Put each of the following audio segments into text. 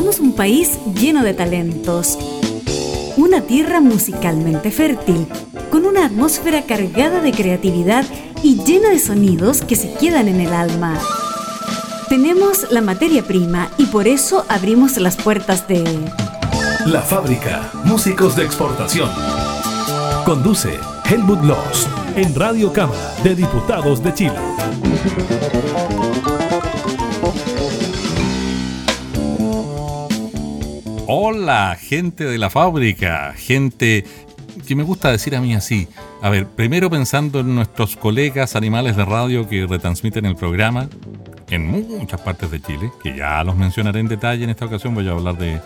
Somos un país lleno de talentos, una tierra musicalmente fértil, con una atmósfera cargada de creatividad y llena de sonidos que se quedan en el alma. Tenemos la materia prima y por eso abrimos las puertas de La Fábrica, músicos de exportación. Conduce Helmut Loss en Radio Cámara de Diputados de Chile. Hola, gente de La Fábrica, gente que me gusta decir a mí así. A ver, primero pensando en nuestros colegas animales de radio que retransmiten el programa en muchas partes de Chile, que ya los mencionaré en detalle. En esta ocasión voy a hablar de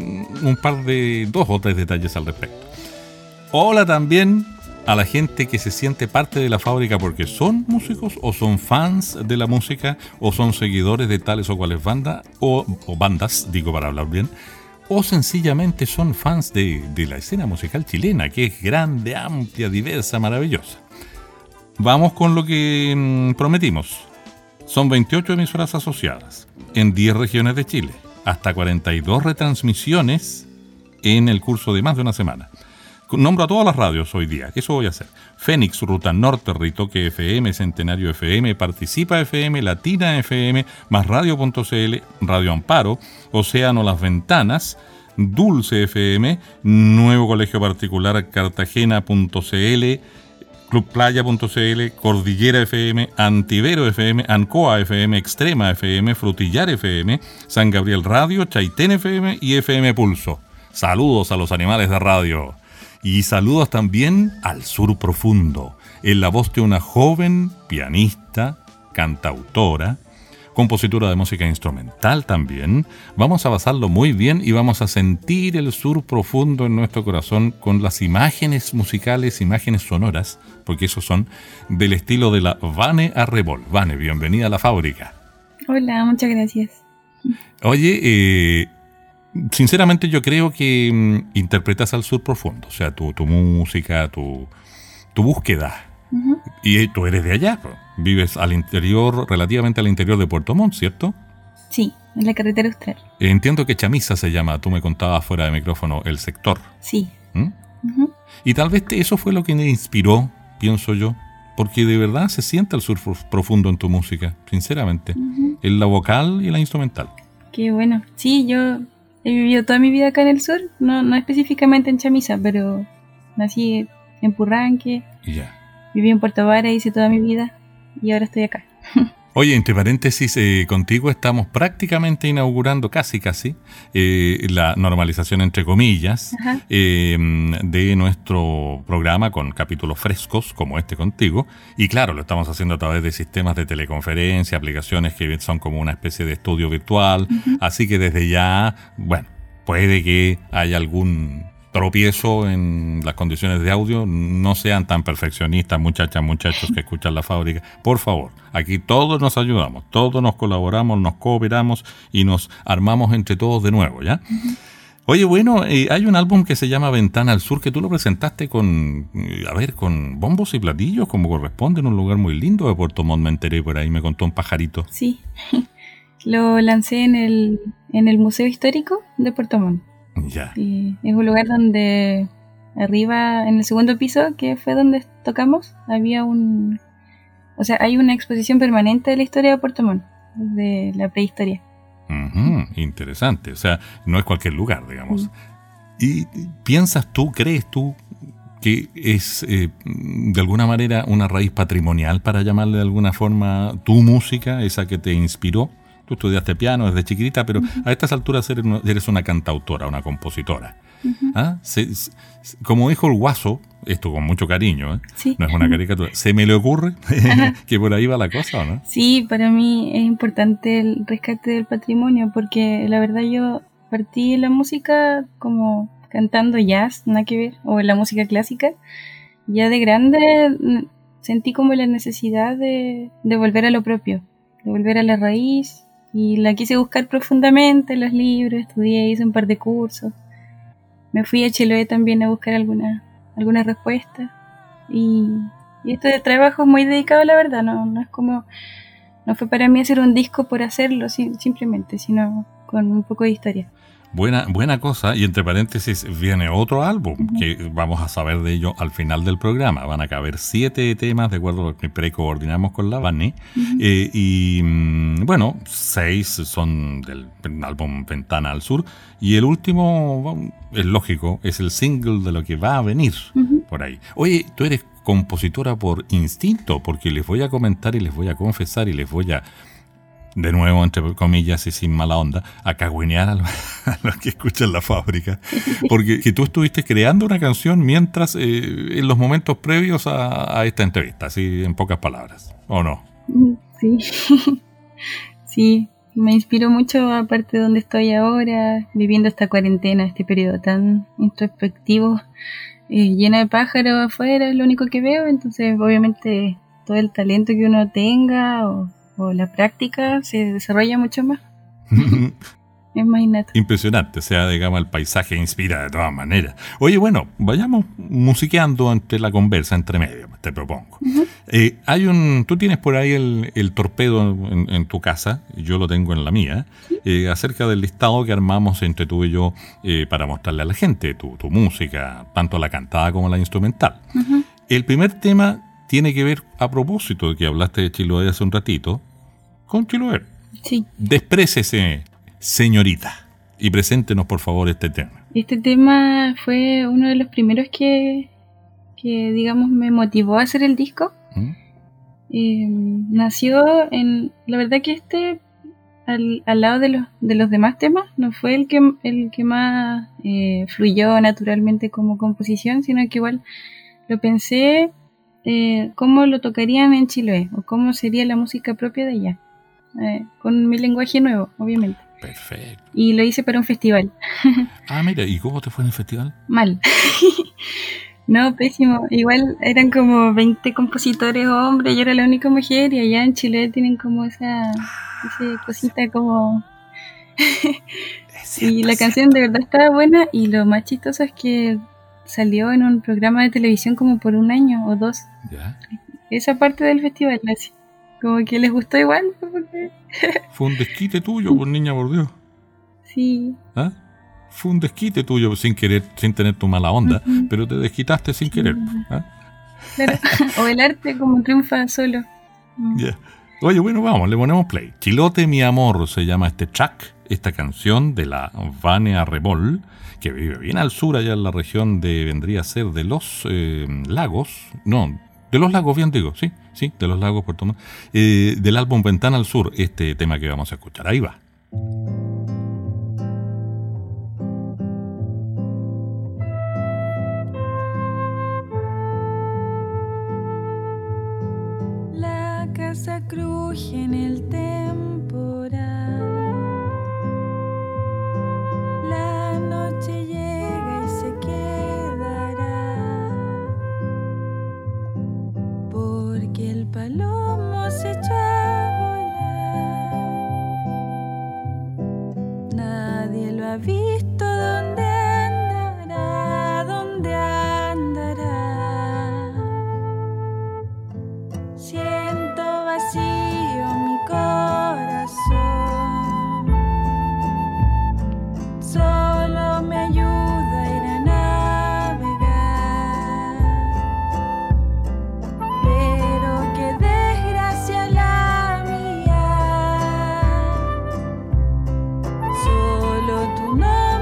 dos o tres detalles al respecto. Hola también a la gente que se siente parte de La Fábrica porque son músicos o son fans de la música o son seguidores de tales o cuales bandas o bandas, digo para hablar bien, o sencillamente son fans de la escena musical chilena, que es grande, amplia, diversa, maravillosa. Vamos con lo que prometimos. Son 28 emisoras asociadas en 10 regiones de Chile, hasta 42 retransmisiones en el curso de más de una semana. Nombro a todas las radios hoy día, eso voy a hacer. Fénix, Ruta Norte, Ritoque FM, Centenario FM, Participa FM, Latina FM, Más Radio.cl, Radio Amparo, Océano Las Ventanas, Dulce FM, Nuevo Colegio Particular Cartagena.cl, Clubplaya.cl, Cordillera FM, Antivero FM, Ancoa FM, Extrema FM, Frutillar FM, San Gabriel Radio, Chaitén FM y FM Pulso. Saludos a los animales de radio. Y saludos también al Sur Profundo, en la voz de una joven pianista, cantautora, compositora de música instrumental también. Vamos a pasarlo muy bien y vamos a sentir el Sur Profundo en nuestro corazón con las imágenes musicales, imágenes sonoras, porque esos son del estilo de la Vane Arrebol. Vane, bienvenida a La Fábrica. Hola, muchas gracias. Oye, sinceramente yo creo que interpretas al Sur Profundo, o sea, tu música, tu búsqueda. Uh-huh. Y tú eres de allá, vives al interior, relativamente al interior de Puerto Montt, ¿cierto? Sí, en la carretera austral. Entiendo que Chamisa se llama, tú me contabas fuera de micrófono, el sector. Sí. Uh-huh. Y tal vez eso fue lo que me inspiró, pienso yo, porque de verdad se siente el Sur Profundo en tu música, sinceramente, en la vocal y en la instrumental. Qué bueno. Sí, yo he vivido toda mi vida acá en el sur, no específicamente en Chamisa, pero nací en Purranque, viví en Puerto Vara, hice toda mi vida y ahora estoy acá. Oye, entre paréntesis, contigo estamos prácticamente inaugurando casi la normalización, entre comillas, de nuestro programa con capítulos frescos como este contigo. Y claro, lo estamos haciendo a través de sistemas de teleconferencia, aplicaciones que son como una especie de estudio virtual. Uh-huh. Así que desde ya, bueno, puede que haya algún tropiezo en las condiciones de audio. No sean tan perfeccionistas, muchachos que escuchan La Fábrica. Por favor, aquí todos nos ayudamos, todos nos colaboramos, nos cooperamos y nos armamos entre todos de nuevo, ¿ya? Uh-huh. Oye, bueno, hay un álbum que se llama Ventana al Sur que tú lo presentaste con bombos y platillos, como corresponde, en un lugar muy lindo de Puerto Montt, me enteré por ahí, me contó un pajarito. Sí, lo lancé en el Museo Histórico de Puerto Montt. Ya. Y es un lugar donde arriba, en el segundo piso, que fue donde tocamos, hay una exposición permanente de la historia de Puerto Montt, de la prehistoria. Interesante, o sea, no es cualquier lugar, digamos. ¿Y crees tú que es de alguna manera una raíz patrimonial, para llamarle de alguna forma, tu música, esa que te inspiró? Tú estudiaste piano desde chiquitita, pero a estas alturas eres una cantautora, una compositora. Uh-huh. ¿Ah? Como dijo el Guaso, esto con mucho cariño, sí. No es una caricatura, ¿se me le ocurre que por ahí va la cosa, o no? Sí, para mí es importante el rescate del patrimonio, porque la verdad yo partí en la música como cantando jazz, nada que ver, o en la música clásica. Ya de grande sentí como la necesidad de volver a lo propio, de volver a la raíz. Y la quise buscar profundamente en los libros, estudié, hice un par de cursos. Me fui a Chiloé también a buscar alguna respuesta. Y este trabajo es muy dedicado, la verdad. No es como, no fue para mí hacer un disco por hacerlo simplemente, sino con un poco de historia. Buena cosa, y entre paréntesis viene otro álbum, que vamos a saber de ello al final del programa. Van a caber 7 temas, de acuerdo a lo que precoordinamos con la Vani, y bueno, 6 son del álbum Ventana al Sur, y el último, es lógico, es el single de lo que va a venir por ahí. Oye, tú eres compositora por instinto, porque les voy a comentar y les voy a confesar y les voy a, de nuevo, entre comillas y sin mala onda, a cagüinear a los que escuchan La Fábrica, porque que tú estuviste creando una canción mientras, en los momentos previos a esta entrevista, así en pocas palabras, ¿o no? Sí, sí, me inspiró mucho, aparte de donde estoy ahora, viviendo esta cuarentena, este periodo tan introspectivo, llena de pájaros afuera, es lo único que veo, entonces obviamente todo el talento que uno tenga o la práctica se desarrolla mucho más. Es más innato. Impresionante, o sea, digamos, el paisaje inspira de todas maneras. Oye, bueno, vayamos musiqueando entre la conversa, entre medio, te propongo. Tú tienes por ahí el torpedo en tu casa, yo lo tengo en la mía, acerca del listado que armamos entre tú y yo para mostrarle a la gente tu música, tanto la cantada como la instrumental. El primer tema tiene que ver, a propósito de que hablaste de Chiloé hace un ratito, con Chiloé. Sí. Desprécese, señorita, y preséntenos por favor este tema. Este tema fue uno de los primeros que digamos me motivó a hacer el disco. Nació en, la verdad que al lado de los demás temas no fue el que más fluyó naturalmente como composición, sino que igual lo pensé cómo lo tocarían en Chiloé o cómo sería la música propia de allá, con mi lenguaje nuevo, obviamente. Perfecto. Y lo hice para un festival. Mira, ¿y cómo te fue en el festival? Mal. No, pésimo. Igual eran como 20 compositores hombres, yo era la única mujer, y allá en Chile tienen como esa cosita como... Y la canción de verdad estaba buena, y lo más chistoso es que salió en un programa de televisión como por 1 año o 2. ¿Ya? Esa parte del festival, así. Como que les gustó igual. Porque... Fue un desquite tuyo, por niña, por Dios. Sí. ¿Ah? Fue un desquite tuyo sin querer, sin tener tu mala onda, pero te desquitaste sin querer. ¿Ah? Claro. O el arte como triunfa solo. Yeah. Oye, bueno, vamos, le ponemos play. Chilote, mi amor, se llama este track, esta canción de la Vania Remol, que vive bien al sur, allá en la región vendría a ser de los lagos, no, de los lagos, bien digo, sí, de los lagos Puerto Montt, del álbum Ventana al Sur, este tema que vamos a escuchar. Ahí va. La casa cruje en el temporal, la noche llega y se quedará, porque el palomo se echó a volar. Nadie lo ha visto, ¿dónde andará? ¿Dónde andará? Siento vacío mi corazón, solo me ayuda a ir a navegar, pero qué desgracia la mía, solo tu nombre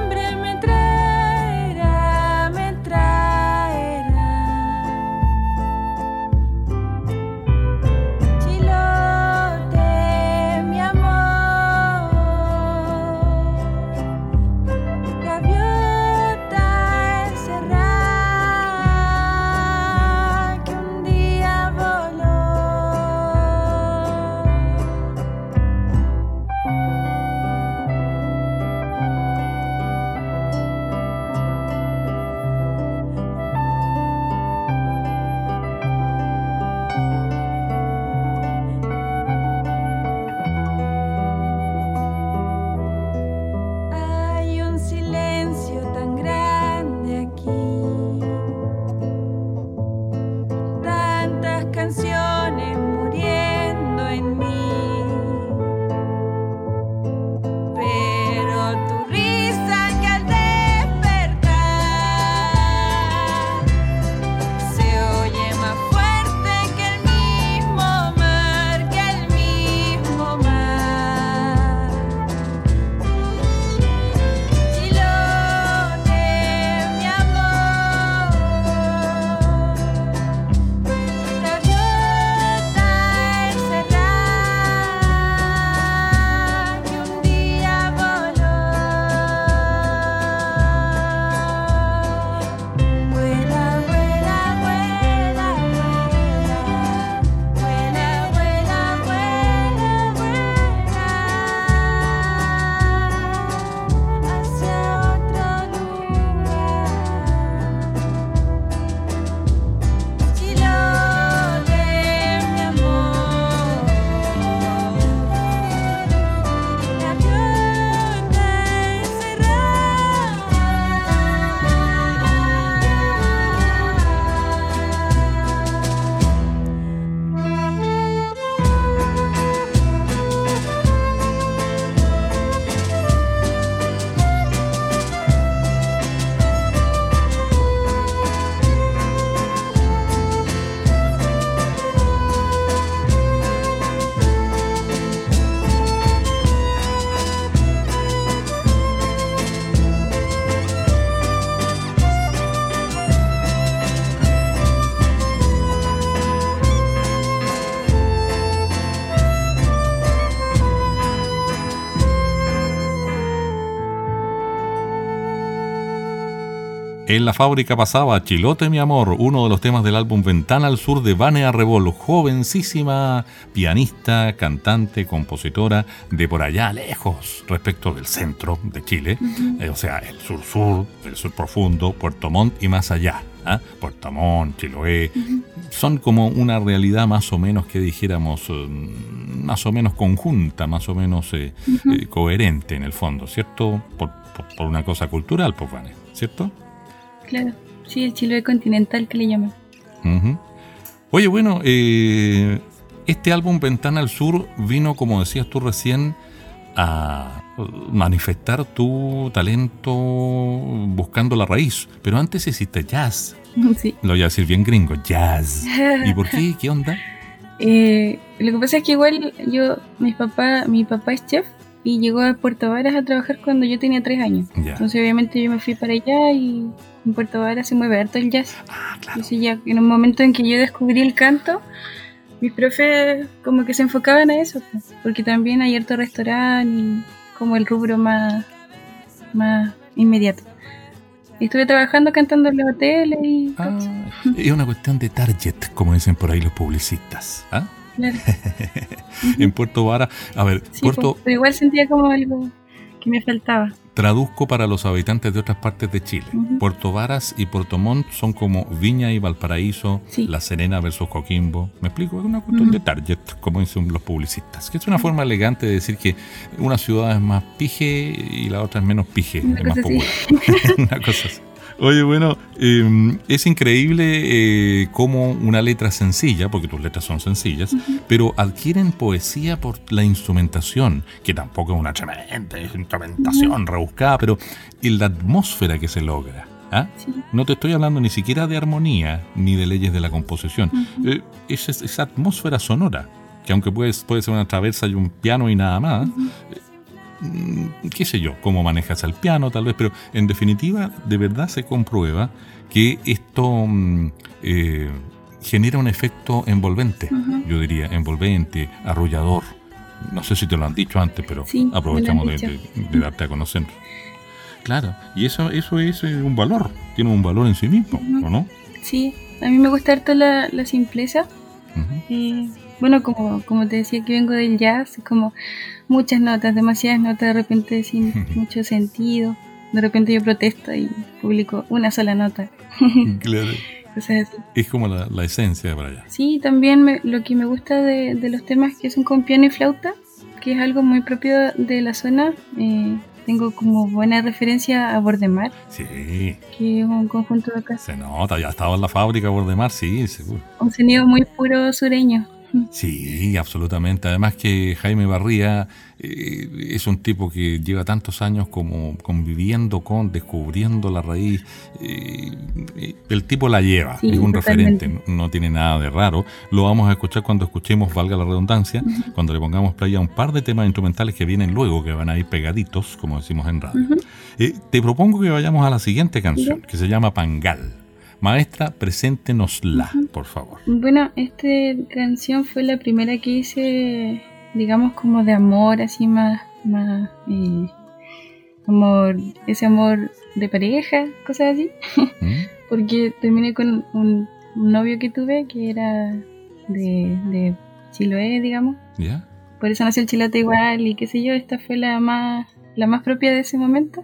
En la fábrica pasaba Chilote mi amor, uno de los temas del álbum Ventana al Sur de Vane Arrebol, jovencísima pianista, cantante, compositora de por allá lejos respecto del centro de Chile, o sea, el sur-sur, el sur profundo, Puerto Montt y más allá. Puerto Montt, Chiloé, son como una realidad más o menos que dijéramos, más o menos conjunta, más o menos coherente en el fondo, ¿cierto? Por una cosa cultural, pues Vane, ¿cierto? Claro, sí, el Chiloé continental que le llaman. Oye, bueno, este álbum Ventana al Sur vino, como decías tú recién, a manifestar tu talento buscando la raíz. Pero antes hiciste jazz. Sí. Lo voy a decir bien gringo, jazz. ¿Y por qué? ¿Qué onda? Lo que pasa es que igual mi papá es chef y llegó a Puerto Varas a trabajar cuando yo tenía 3 años. Ya. Entonces obviamente yo me fui para allá y en Puerto Varas se mueve harto el jazz. Claro. Entonces ya en un momento en que yo descubrí el canto, mis profes como que se enfocaban a eso, pues, porque también hay harto restaurante y como el rubro más inmediato. Y estuve trabajando cantando en los hoteles y cosas. Es una cuestión de target, como dicen por ahí los publicistas. Claro. En Puerto Varas, a ver, Sí, Puerto... pero igual sentía como algo que me faltaba. Traduzco para los habitantes de otras partes de Chile. Puerto Varas y Puerto Montt son como Viña y Valparaíso, Sí. La Serena versus Coquimbo. ¿Me explico? Es una cuestión de target, como dicen los publicistas. Que es una forma elegante de decir que una ciudad es más pije y la otra es menos pije, Una es más cosa así. popular. Una cosa así. Oye, bueno, es increíble cómo una letra sencilla, porque tus letras son sencillas, pero adquieren poesía por la instrumentación, que tampoco es una tremenda instrumentación rebuscada, pero en la atmósfera que se logra. Sí. No te estoy hablando ni siquiera de armonía ni de leyes de la composición. Esa atmósfera sonora, que aunque puede ser una traversa y un piano y nada más, qué sé yo, cómo manejas el piano tal vez, pero en definitiva de verdad se comprueba que esto genera un efecto envolvente, yo diría, envolvente, arrullador. No sé si te lo han dicho antes, pero Sí, aprovechamos me lo han de darte a conocer. Claro, y eso es un valor, tiene un valor en sí mismo, ¿o no? Sí, a mí me gusta harto la simpleza. Bueno, como te decía que vengo del jazz, como muchas notas, demasiadas notas, de repente sin mucho sentido. De repente yo protesto y publico una sola nota. Claro. Cosas así. Es como la esencia de para allá. Sí, también lo que me gusta de los temas que son con piano y flauta, que es algo muy propio de la zona. Tengo como buena referencia a Bordemar, Sí, que es un conjunto de acá. se nota, ya estaba en la fábrica Bordemar, sí, seguro. Un sonido muy puro sureño. Sí, absolutamente. Además que Jaime Barría es un tipo que lleva tantos años como conviviendo descubriendo la raíz. El tipo la lleva, Sí, es un totalmente. referente, no tiene nada de raro. Lo vamos a escuchar cuando escuchemos, valga la redundancia, cuando le pongamos play a un par de temas instrumentales que vienen luego, que van a ir pegaditos, como decimos en radio. Te propongo que vayamos a la siguiente canción, que se llama Pangal. Maestra, preséntenosla, por favor. Bueno, esta canción fue la primera que hice, digamos, como de amor, así más amor, ese amor de pareja, cosas así. Porque terminé con un novio que tuve que era de Chiloé, digamos. ¿Ya? Por eso nació el chilote igual y qué sé yo. Esta fue la más propia de ese momento.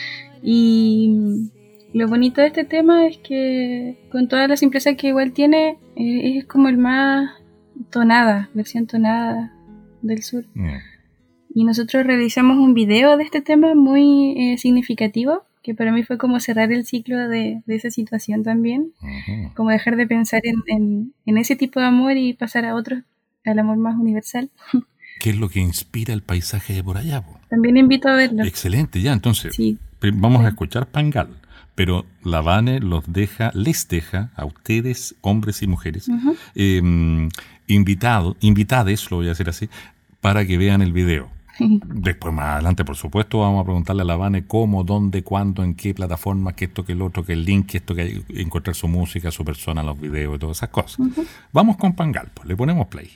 Y lo bonito de este tema es que con toda la simpleza que igual tiene, es como el más versión tonada del sur. Y nosotros realizamos un video de este tema muy significativo, que para mí fue como cerrar el ciclo de esa situación también, como dejar de pensar en ese tipo de amor y pasar a otro, al amor más universal. ¿Qué es lo que inspira el paisaje de por allá? También invito a verlo. Excelente, ya, entonces Sí. vamos a escuchar Pangal, pero la Vane les deja a ustedes, hombres y mujeres, invitades, lo voy a decir así, para que vean el video. Después, más adelante, por supuesto, vamos a preguntarle a la Vane cómo, dónde, cuándo, en qué plataforma, que esto, que el otro, que el link, que esto, que hay, encontrar su música, su persona, los videos y todas esas cosas. Vamos con Pangal, pues le ponemos play.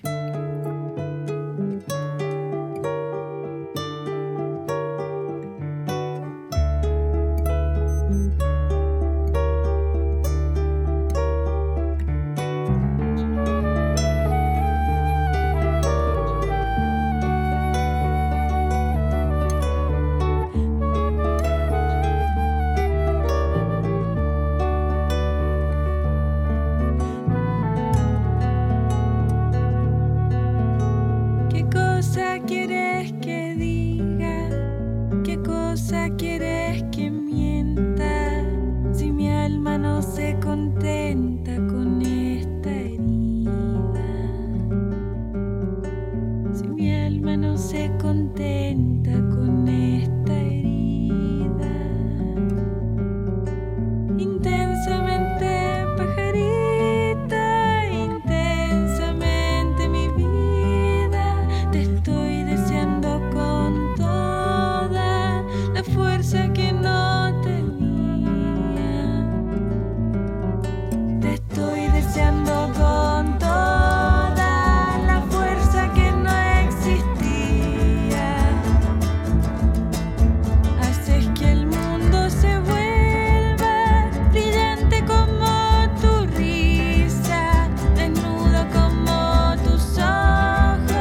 se contenta con esta herida. Intensamente pajarita, intensamente mi vida, te estoy deseando con toda la fuerza que no tenía. Te estoy deseando con toda la fuerza que no existía. Haces que el mundo se vuelva brillante como tu risa, desnudo como tus ojos,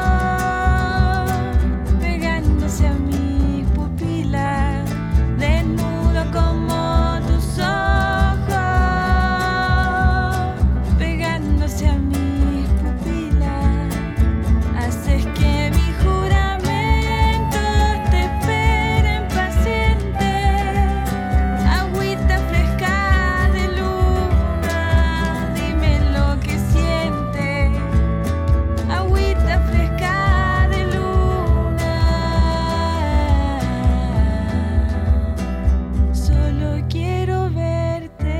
pegándose a mis pupilas, desnudo como tus ojos, pegándose a mis pupilas. Haces que mis juramentos te esperen pacientes. Agüita fresca de luna, dime lo que sientes. Agüita fresca de luna. Solo quiero verte.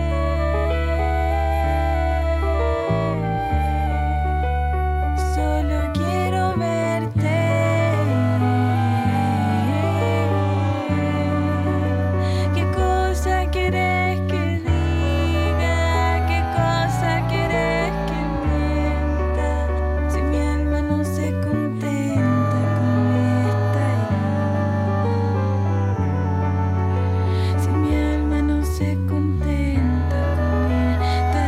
Solo quiero verte. ¿Qué cosa querés que diga? ¿Qué cosa querés que mienta? Si mi alma no se contenta con esta herida. Si mi alma no se contenta con esta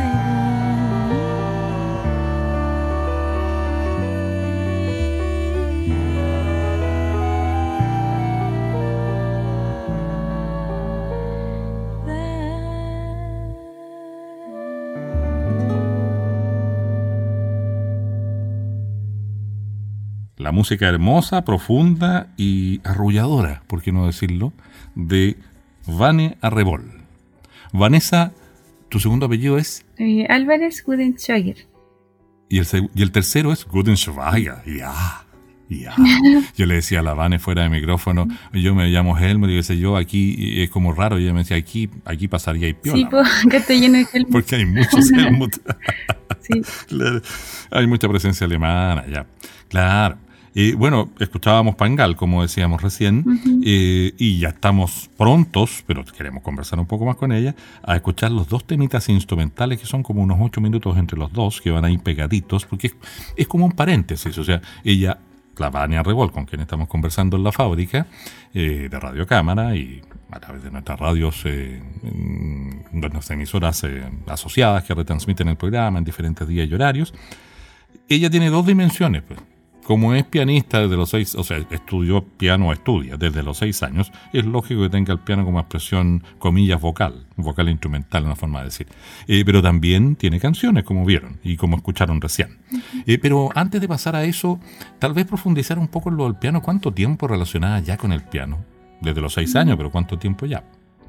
La música hermosa, profunda y arrulladora, por qué no decirlo, de Vane Arrebol. Vanessa, tu segundo apellido es... Álvarez Gudenschwager. Y el tercero es Gudenschwager. Ya. Yo le decía a la Vane fuera de micrófono, yo me llamo Helmut, y yo aquí es como raro, y ella me decía, aquí pasaría y piola. Sí, pues acá está lleno de Helmut. Porque hay muchos Helmut. Sí. Claro, hay mucha presencia alemana, ya. Claro. Bueno, escuchábamos Pangal, como decíamos recién, y ya estamos prontos, pero queremos conversar un poco más con ella, a escuchar los dos temitas instrumentales que son como unos 8 minutos entre los dos, que van ahí pegaditos, porque es como un paréntesis. O sea, ella, la Vane Arrebol, con quien estamos conversando en la fábrica, de Radio Cámara, y a través de nuestras radios, de nuestras emisoras asociadas que retransmiten el programa en diferentes días y horarios, ella tiene dos dimensiones, pues. Como es pianista desde los 6, o sea, estudia desde los 6 años, es lógico que tenga el piano como expresión, comillas, vocal instrumental, una forma de decir. Pero también tiene canciones, como vieron, y como escucharon recién. Pero antes de pasar a eso, tal vez profundizar un poco en lo del piano. ¿Cuánto tiempo relacionada ya con el piano? Desde los 6 años, pero ¿cuánto tiempo ya?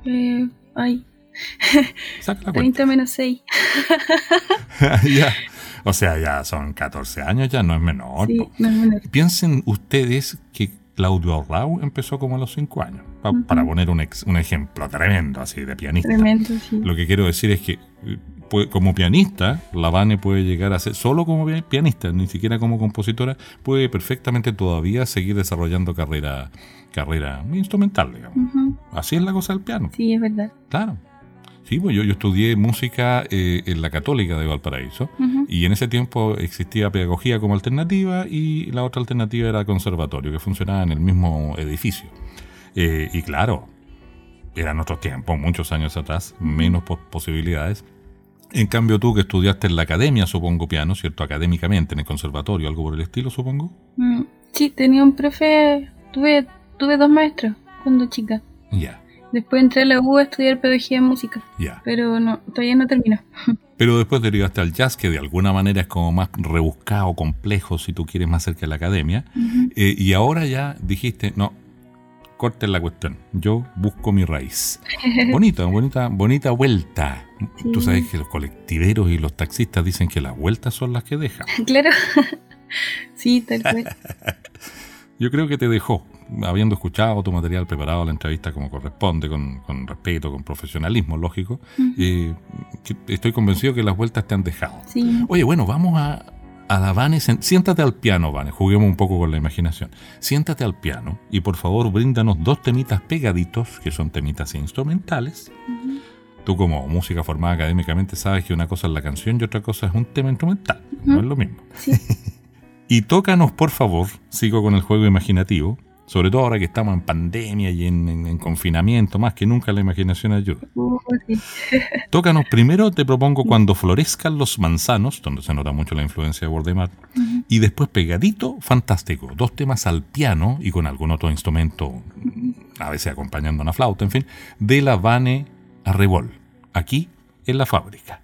Saca la 30 menos 6. Ya. O sea, ya son 14 años, ya no es menor. Sí, no es menor. Piensen ustedes que Claudio Arrau empezó como a los 5 años, para poner un ejemplo tremendo así de pianista. Tremendo, sí. Lo que quiero decir es que como pianista, la Vane puede llegar a ser, solo como pianista, ni siquiera como compositora, puede perfectamente todavía seguir desarrollando carrera instrumental, digamos. Así es la cosa del piano. Sí, es verdad. Claro. Sí, pues yo estudié música en la Católica de Valparaíso, y en ese tiempo existía pedagogía como alternativa, y la otra alternativa era conservatorio, que funcionaba en el mismo edificio. Y claro, eran otros tiempos, muchos años atrás, menos posibilidades. En cambio tú, que estudiaste en la academia, supongo, piano, ¿cierto? Académicamente, en el conservatorio, algo por el estilo, supongo. Sí, tenía un profe, tuve 2 maestros cuando chica. Ya. Después entré a la U a estudiar pedagogía en música. Ya. Pero no, todavía no terminó. Pero después derivaste al jazz, que de alguna manera es como más rebuscado, complejo, si tú quieres, más cerca de la academia. Y ahora ya dijiste, no, corten la cuestión, yo busco mi raíz. Bonita vuelta. Sí. Tú sabes que los colectiveros y los taxistas dicen que las vueltas son las que dejan. Claro. Sí, tal cual. Yo creo que te dejó, habiendo escuchado tu material, preparado la entrevista como corresponde, con respeto, con profesionalismo, lógico. Estoy convencido que las vueltas te han dejado. Sí. Oye, bueno, vamos a la Vane. Siéntate al piano, Vane, juguemos un poco con la imaginación. Siéntate al piano y por favor bríndanos 2 temitas pegaditos, que son temitas instrumentales. Tú como música formada académicamente sabes que una cosa es la canción y otra cosa es un tema instrumental. No es lo mismo. Sí. Y tócanos, por favor, sigo con el juego imaginativo, sobre todo ahora que estamos en pandemia y en confinamiento, más que nunca la imaginación ayuda. Sí. Tócanos primero, te propongo Cuando florezcan los manzanos, donde se nota mucho la influencia de Wordemar, y después pegadito, fantástico, 2 temas al piano y con algún otro instrumento, a veces acompañando una flauta, en fin, de la Vane Arrebol, aquí en la fábrica.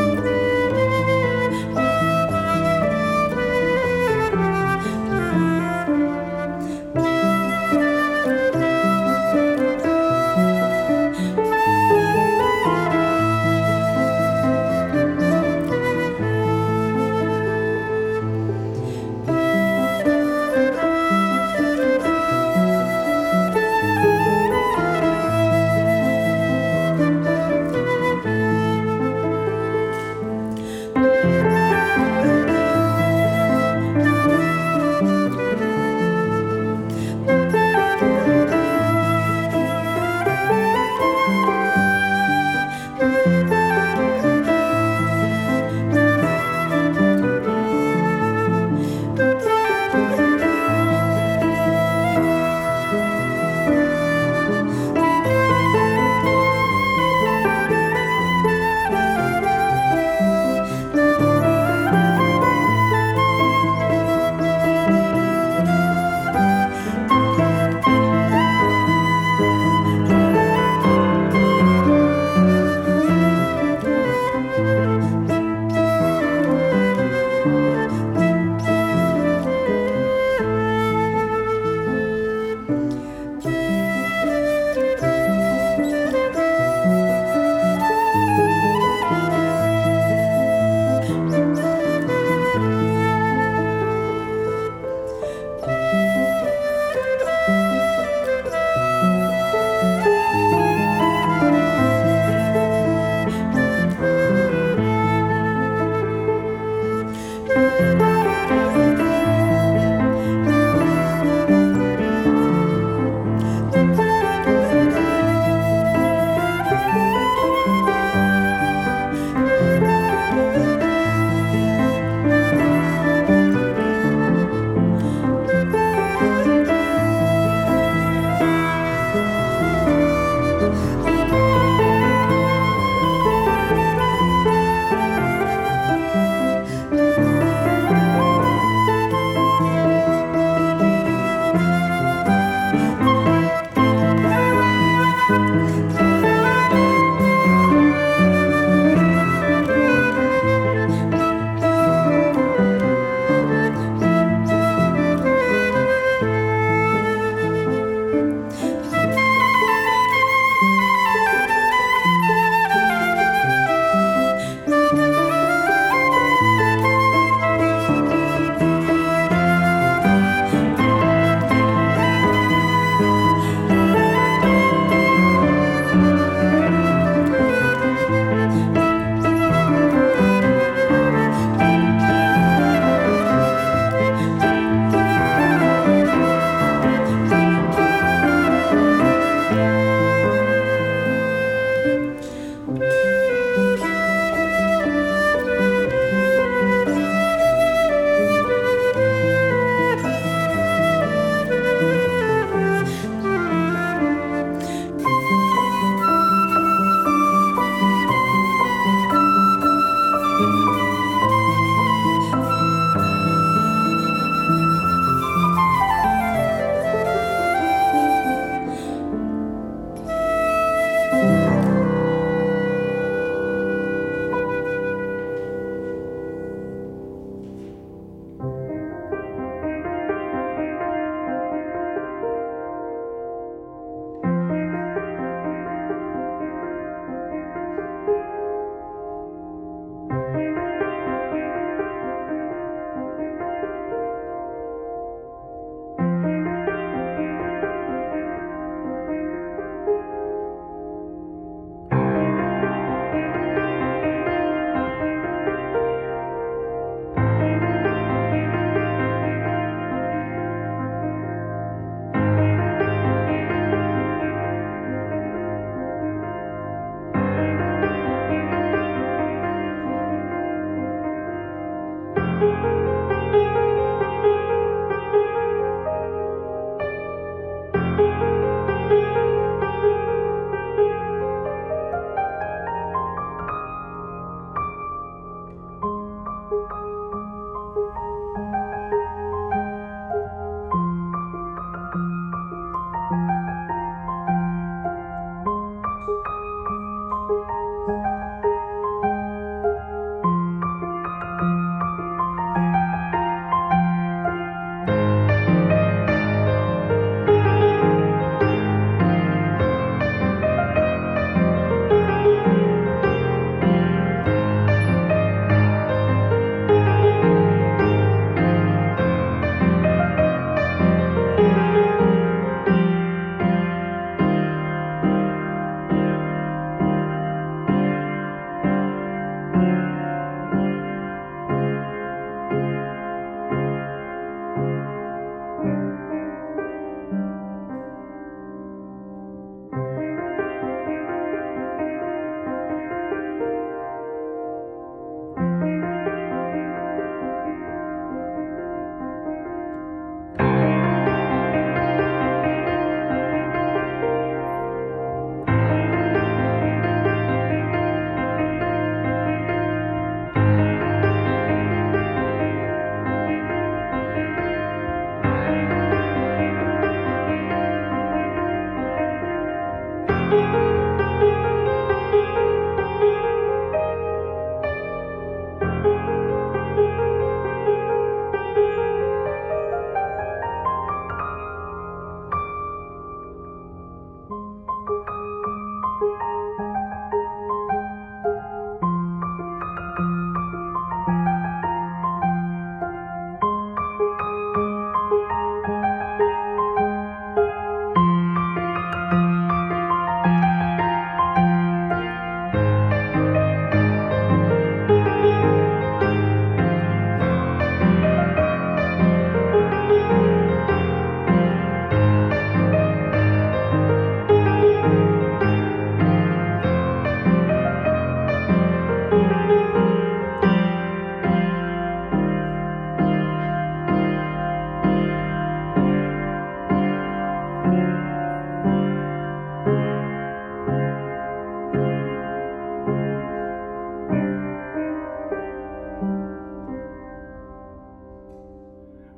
Thank you.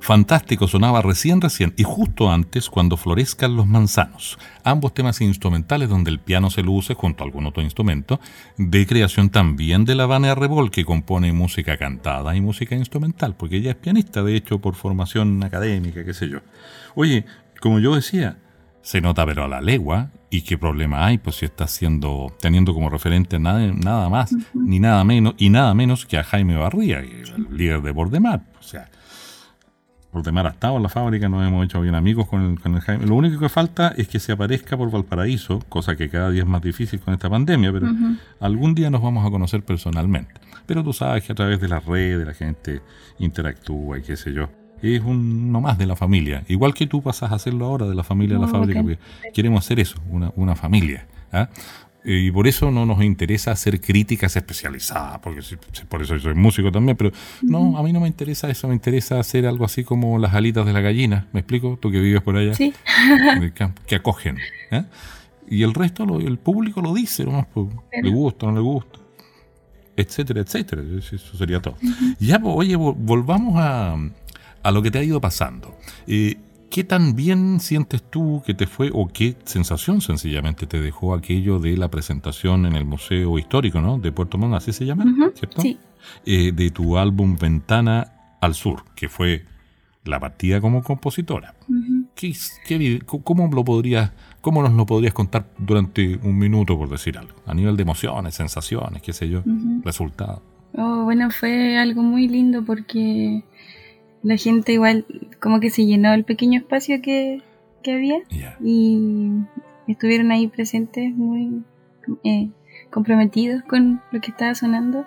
Fantástico sonaba recién, y justo antes Cuando florezcan los manzanos. Ambos temas instrumentales donde el piano se luce junto a algún otro instrumento, de creación también de la Vania Rebol, que compone música cantada y música instrumental, porque ella es pianista, de hecho, por formación académica, qué sé yo. Oye, como yo decía, se nota pero a la legua, y qué problema hay, pues si estás teniendo como referente nada más, ni nada menos, y nada menos que a Jaime Barría, el líder de Bordemar. O sea, Bordemar ha estado en la fábrica, nos hemos hecho bien amigos con el Jaime. Lo único que falta es que se aparezca por Valparaíso, cosa que cada día es más difícil con esta pandemia, pero algún día nos vamos a conocer personalmente. Pero tú sabes que a través de las redes la gente interactúa y qué sé yo. Es uno más de la familia. Igual que tú pasas a hacerlo ahora de la familia a la fábrica, porque queremos hacer eso, una familia. ¿Ah? Y por eso no nos interesa hacer críticas especializadas, porque por eso soy músico también, pero no, a mí no me interesa eso, me interesa hacer algo así como las alitas de la gallina, ¿me explico? Tú que vives por allá, sí. Que acogen. ¿Eh? Y el resto, el público lo dice, nomás, pues, le gusta, no le gusta, etcétera, etcétera. Eso sería todo. Ya, pues, oye, volvamos a lo que te ha ido pasando. ¿Qué tan bien sientes tú que te fue, o qué sensación sencillamente te dejó aquello de la presentación en el Museo Histórico, ¿no? De Puerto Montt, así se llama, ¿cierto? Sí. De tu álbum Ventana al Sur, que fue la partida como compositora. ¿Cómo nos lo podrías contar durante un minuto, por decir algo? A nivel de emociones, sensaciones, qué sé yo, resultados. Oh, bueno, fue algo muy lindo porque la gente igual como que se llenó el pequeño espacio que había, y estuvieron ahí presentes muy comprometidos con lo que estaba sonando.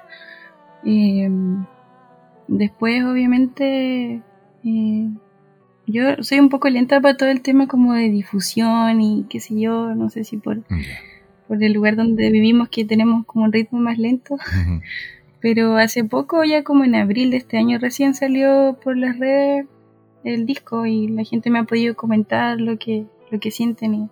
Después obviamente yo soy un poco lenta para todo el tema como de difusión y qué sé yo, no sé si por el lugar donde vivimos, que tenemos como un ritmo más lento. Pero hace poco, ya como en abril de este año, recién salió por las redes el disco y la gente me ha podido comentar lo que sienten.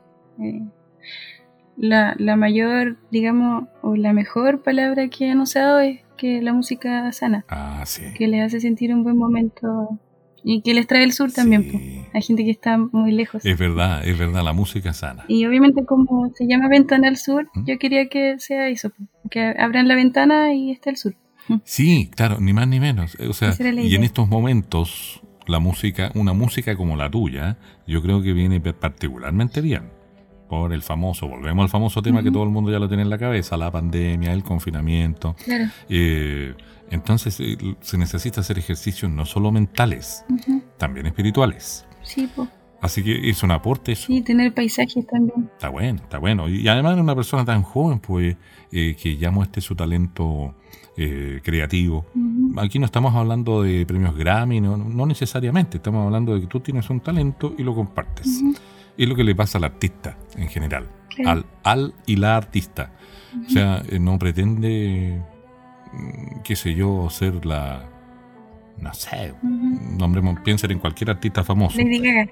La mayor, digamos, o la mejor palabra que han usado es que la música sana. Sí. Que les hace sentir un buen momento y que les trae el sur también. Sí. Pues. Hay gente que está muy lejos. Es verdad, la música sana. Y obviamente como se llama Ventana al Sur, yo quería que sea eso, que abran la ventana y esté el sur. Sí, claro, ni más ni menos. O sea, y en estos momentos una música como la tuya, yo creo que viene particularmente bien. Por volvemos al famoso tema que todo el mundo ya lo tiene en la cabeza, la pandemia, el confinamiento. Claro. Entonces se necesita hacer ejercicios no solo mentales, también espirituales. Sí, pues. Así que es un aporte eso. Sí, tener paisajes también. Está bueno. Y además de una persona tan joven, pues, que ya muestre su talento creativo. Aquí no estamos hablando de premios Grammy, no necesariamente. Estamos hablando de que tú tienes un talento y lo compartes. Es lo que le pasa al artista en general. Claro. Al y la artista. O sea, no pretende, qué sé yo, ser la... No sé, piensen en cualquier artista famoso. Lady Gaga.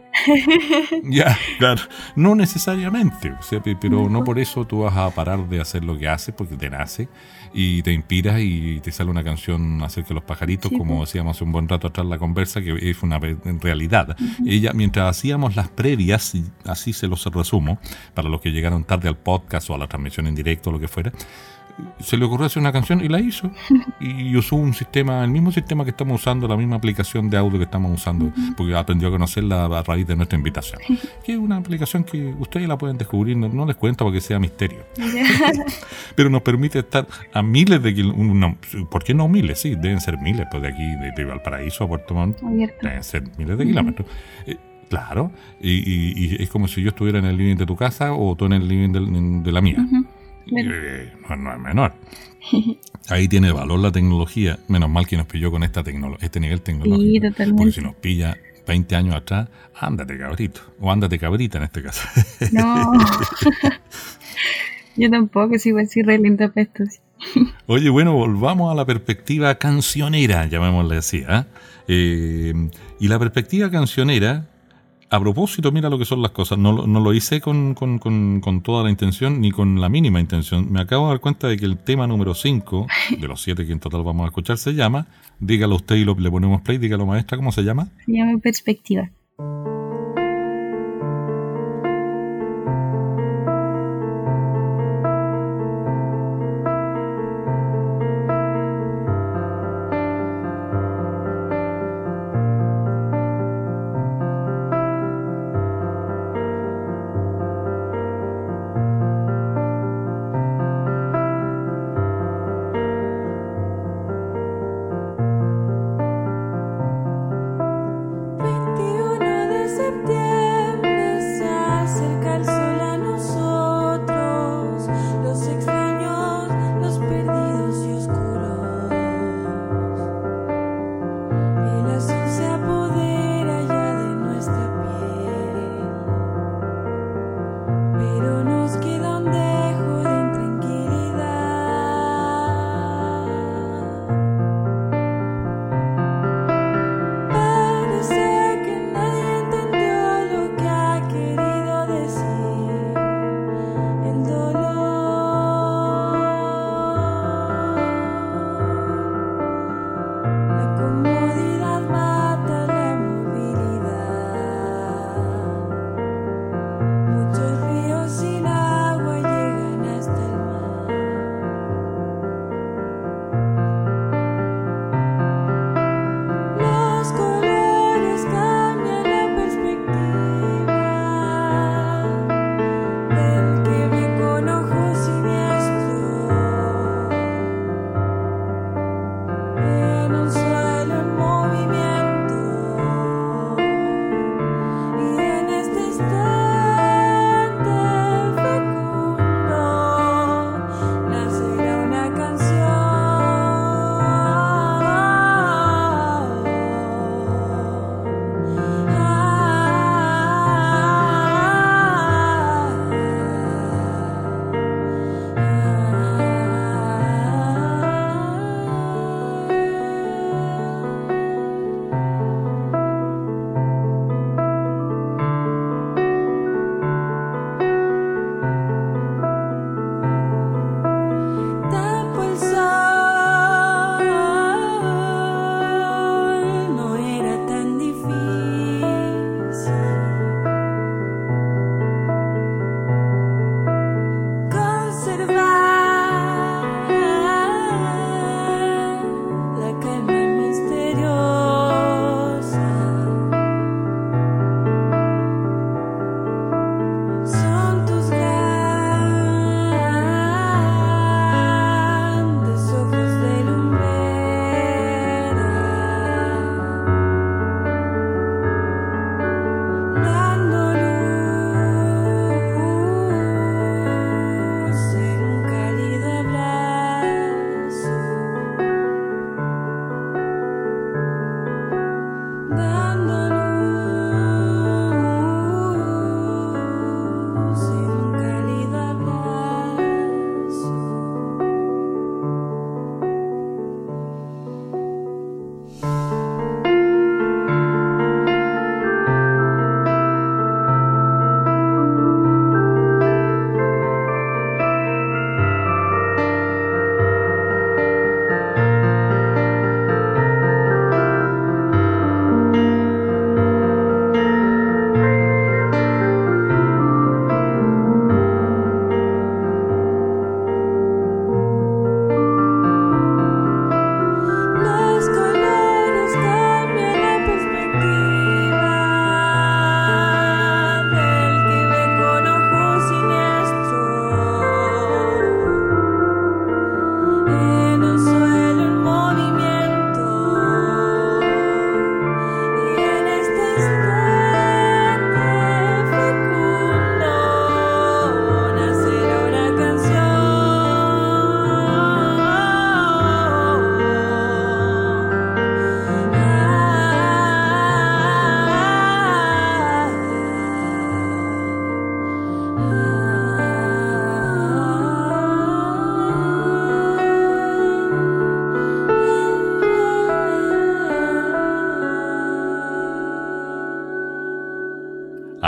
Ya, claro. No necesariamente, o sea, pero no por eso tú vas a parar de hacer lo que haces, porque te nace y te inspiras y te sale una canción acerca de los pajaritos, como decíamos hace un buen rato atrás la conversa, que es una realidad. Ella, mientras hacíamos las previas, y así se los resumo, para los que llegaron tarde al podcast o a la transmisión en directo o lo que fuera, se le ocurrió hacer una canción y la hizo, y usó el mismo sistema que estamos usando, la misma aplicación de audio que estamos usando, porque aprendió a conocerla a raíz de nuestra invitación, que es una aplicación que ustedes la pueden descubrir, no les cuento para que sea misterio, pero nos permite estar a miles de kilómetros, ¿por qué no miles? Sí, deben ser miles, pues de aquí, de Valparaíso a Puerto Montt, deben ser miles de kilómetros. Claro, y es como si yo estuviera en el living de tu casa o tú en el living de la mía. No es menor. Ahí tiene valor la tecnología. Menos mal que nos pilló con este nivel tecnológico. Sí, totalmente. Porque si nos pilla 20 años atrás, ándate cabrito. O ándate cabrita en este caso. No. Yo tampoco, soy re lenta para esto. Oye, bueno, volvamos a la perspectiva cancionera, llamémosle así. Y la perspectiva cancionera, A propósito, mira lo que son las cosas. No lo hice con toda la intención ni con la mínima intención. Me acabo de dar cuenta de que el tema número 5, de los 7 que en total vamos a escuchar, se llama, dígalo usted y le ponemos play, dígalo maestra, ¿cómo se llama? Se llama Perspectiva. Vestí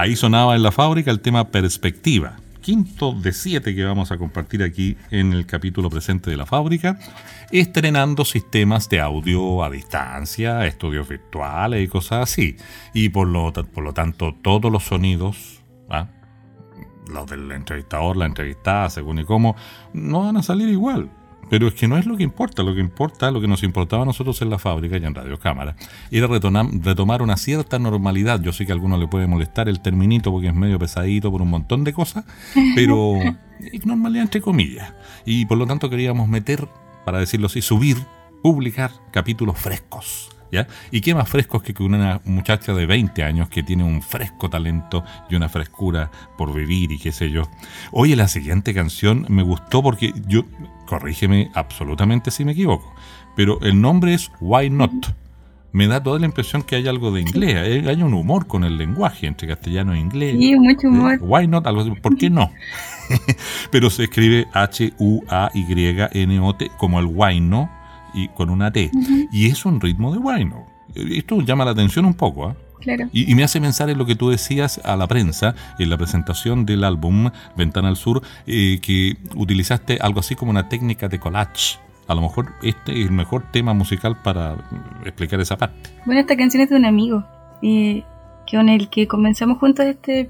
Ahí sonaba en la fábrica el tema Perspectiva, quinto de 7 que vamos a compartir aquí en el capítulo presente de la fábrica, estrenando sistemas de audio a distancia, estudios virtuales y cosas así. Y por lo tanto, todos los sonidos, los del entrevistador, la entrevistada, según y cómo, no van a salir igual. Pero es que no es lo que importa. Lo que nos importaba a nosotros en la fábrica y en Radio Cámara, era retomar una cierta normalidad. Yo sé que a algunos le puede molestar el terminito porque es medio pesadito por un montón de cosas, pero normalidad entre comillas. Y por lo tanto queríamos meter, para decirlo así, publicar capítulos frescos. ¿Ya? Y qué más frescos que una muchacha de 20 años que tiene un fresco talento y una frescura por vivir y qué sé yo. Oye, la siguiente canción me gustó porque corrígeme absolutamente si me equivoco, pero el nombre es Why Not. Me da toda la impresión que hay algo de inglés, hay un humor con el lenguaje entre castellano e inglés. Sí, mucho humor. Why Not, algo así, ¿por qué no? Pero se escribe Huaynot como el guayno, y con una T, y es un ritmo de guayno. Esto llama la atención un poco, Claro. Y me hace pensar en lo que tú decías a la prensa en la presentación del álbum Ventana al Sur, que utilizaste algo así como una técnica de collage. A lo mejor este es el mejor tema musical para explicar esa parte. Bueno, esta canción es de un amigo con el que comenzamos juntos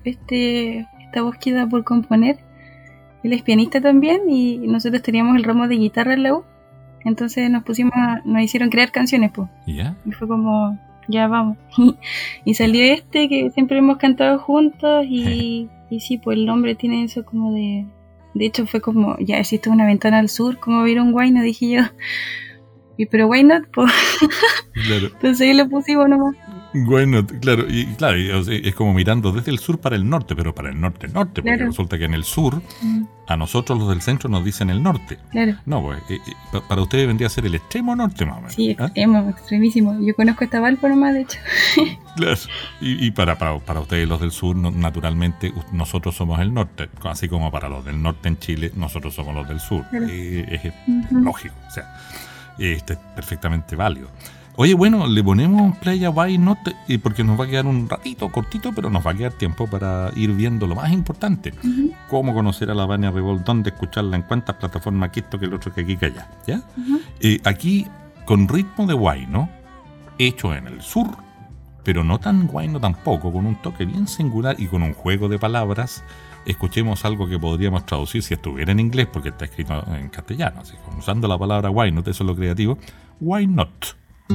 esta búsqueda por componer. Él es pianista también y nosotros teníamos el ramo de guitarra en la U. Entonces nos hicieron crear canciones, pues. ¿Ya? Y fue como, ya vamos. Y salió que siempre hemos cantado juntos y sí, pues el nombre tiene eso como de hecho fue como, ya existe una ventana al sur, como ver un guayno, dije yo. Pero why not, pues. Claro. Entonces ahí lo pusimos nomás. Bueno, claro, es como mirando desde el sur para el norte, pero para el norte, porque claro. Resulta que en el sur, a nosotros los del centro nos dicen el norte. Claro. No, pues, para ustedes vendría a ser el extremo norte, más o menos. Sí, extremísimo. Yo conozco esta Valpo nomás, de hecho. Claro. Y para ustedes los del sur, naturalmente, nosotros somos el norte, así como para los del norte en Chile, nosotros somos los del sur. Claro. Es lógico, o sea, es perfectamente válido. Oye, bueno, le ponemos play a Why Not porque nos va a quedar un ratito cortito, pero nos va a quedar tiempo para ir viendo lo más importante. Cómo conocer a la Vania Revolt, dónde escucharla, en cuántas plataformas, que esto, que el otro, que aquí, que allá. ¿Ya? Aquí, con ritmo de guayno, hecho en el sur, pero no tan guayno tampoco, con un toque bien singular y con un juego de palabras. Escuchemos algo que podríamos traducir si estuviera en inglés, porque está escrito en castellano, así como usando la palabra why not, eso es lo creativo. Why not?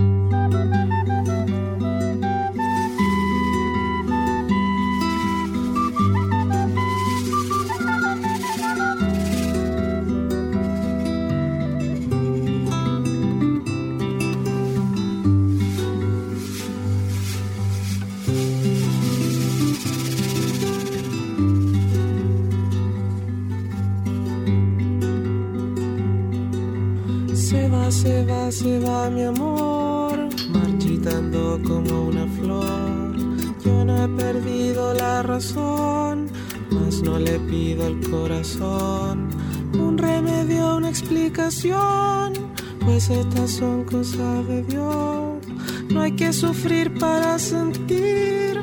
Se va mi amor, marchitando como una flor. Yo no he perdido la razón, mas no le pido al corazón un remedio, una explicación, pues estas son cosas de Dios. No hay que sufrir para sentir.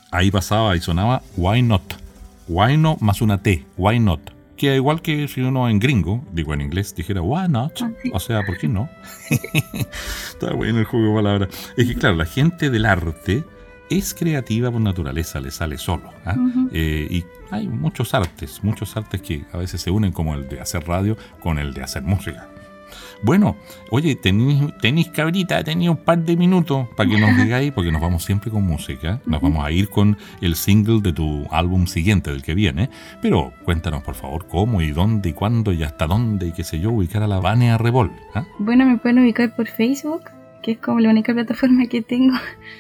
ahí pasaba y sonaba Why Not. Why no más una T, Why Not. Que igual que si uno en gringo, digo en inglés, dijera Why Not. Sí. O sea, ¿por qué no? Está bueno el juego de palabras. Es que claro, la gente del arte es creativa por naturaleza, le sale solo. ¿Ah? Y hay muchos artes que a veces se unen, como el de hacer radio con el de hacer música. Bueno, oye, tenéis cabrita, tenéis un par de minutos para que nos digáis, porque nos vamos siempre con música, nos vamos a ir con el single de tu álbum siguiente, del que viene, pero cuéntanos por favor cómo y dónde y cuándo y hasta dónde y qué sé yo, ubicar a la Vane Arrebol. ¿Ah? Bueno, me pueden ubicar por Facebook, que es como la única plataforma que tengo,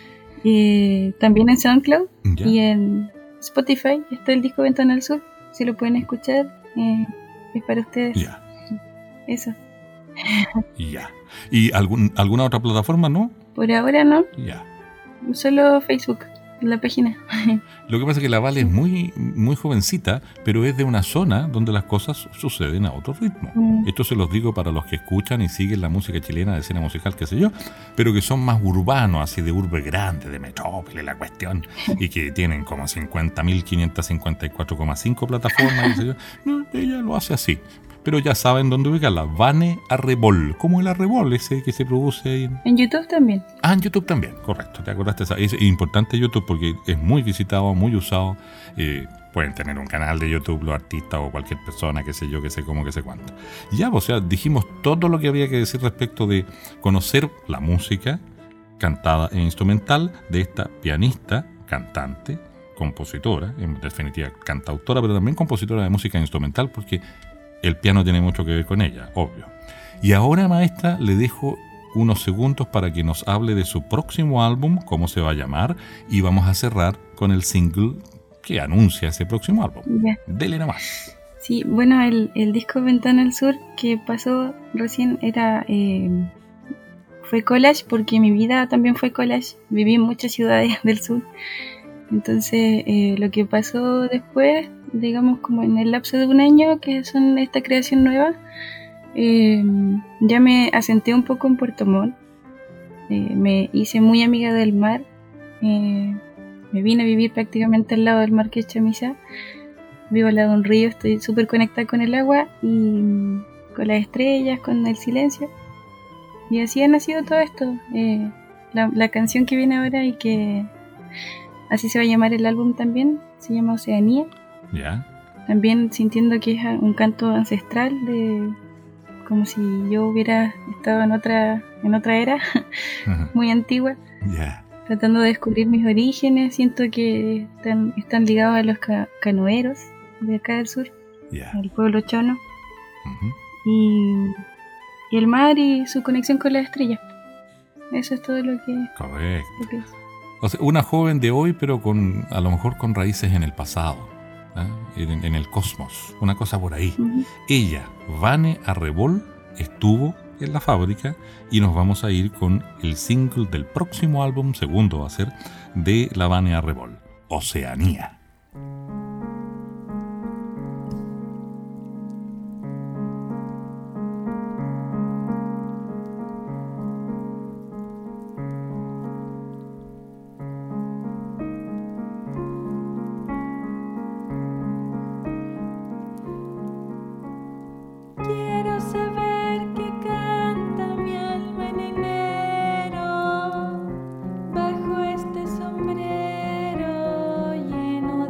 también en SoundCloud. ¿Ya? Y en Spotify está el disco Ventana al Sur, si lo pueden escuchar, es para ustedes. Ya. Eso. Ya. ¿Y alguna otra plataforma, no? Por ahora no. Ya. Solo Facebook, la página. Lo que pasa es que la Vale es muy, muy jovencita, pero es de una zona donde las cosas suceden a otro ritmo. Esto se los digo para los que escuchan y siguen la música chilena, de escena musical, qué sé yo, pero que son más urbanos, así de urbe grande, de metrópoli, la cuestión, y que tienen como 50.554,5 plataformas, qué sé yo. No, ella lo hace así. Pero ya saben dónde ubicarla, Vane Arrebol, como el arrebol ese que se produce ahí. En YouTube también. Ah, en YouTube también, correcto, te acordaste. Es importante YouTube porque es muy visitado, muy usado. Pueden tener un canal de YouTube los artistas o cualquier persona, qué sé yo, qué sé cómo, qué sé cuánto. Ya, o sea, dijimos todo lo que había que decir respecto de conocer la música cantada e instrumental de esta pianista, cantante, compositora, en definitiva cantautora, pero también compositora de música instrumental, porque el piano tiene mucho que ver con ella, obvio. Y ahora, maestra, le dejo unos segundos para que nos hable de su próximo álbum, cómo se va a llamar, y vamos a cerrar con el single que anuncia ese próximo álbum. Ya. Dele nomás. Sí, bueno, el disco Ventana al Sur que pasó recién fue collage, porque mi vida también fue collage. Viví en muchas ciudades del sur. Entonces, lo que pasó después, digamos como en el lapso de un año, que son esta creación nueva, ya me asenté un poco en Puerto Montt, me hice muy amiga del mar, me vine a vivir prácticamente al lado del mar, que es Chamizá, vivo al lado de un río, estoy súper conectada con el agua y con las estrellas, con el silencio, y así ha nacido todo esto. La canción que viene ahora y que así se va a llamar el álbum también, se llama Oceanía. Ya. También sintiendo que es un canto ancestral, de como si yo hubiera estado en otra era, muy antigua. Ya. Tratando de descubrir mis orígenes, siento que están ligados a los canoeros de acá del sur, al pueblo chono, y el mar y su conexión con las estrellas. Eso es todo lo que... Correcto. Lo que es. O sea, una joven de hoy, pero a lo mejor con raíces en el pasado, en el cosmos, una cosa por ahí. Ella, Vane Arrebol, estuvo en la fábrica y nos vamos a ir con el single del próximo álbum, segundo va a ser, de la Vane Arrebol, Oceanía. Quiero saber que canta mi alma en enero bajo este sombrero lleno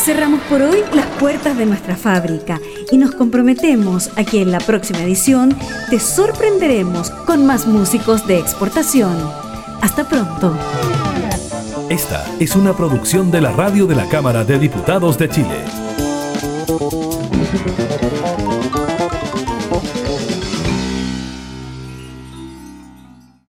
Cerramos por hoy las puertas de nuestra fábrica y nos comprometemos a que en la próxima edición te sorprenderemos con más músicos de exportación. Hasta pronto. Esta es una producción de la Radio de la Cámara de Diputados de Chile.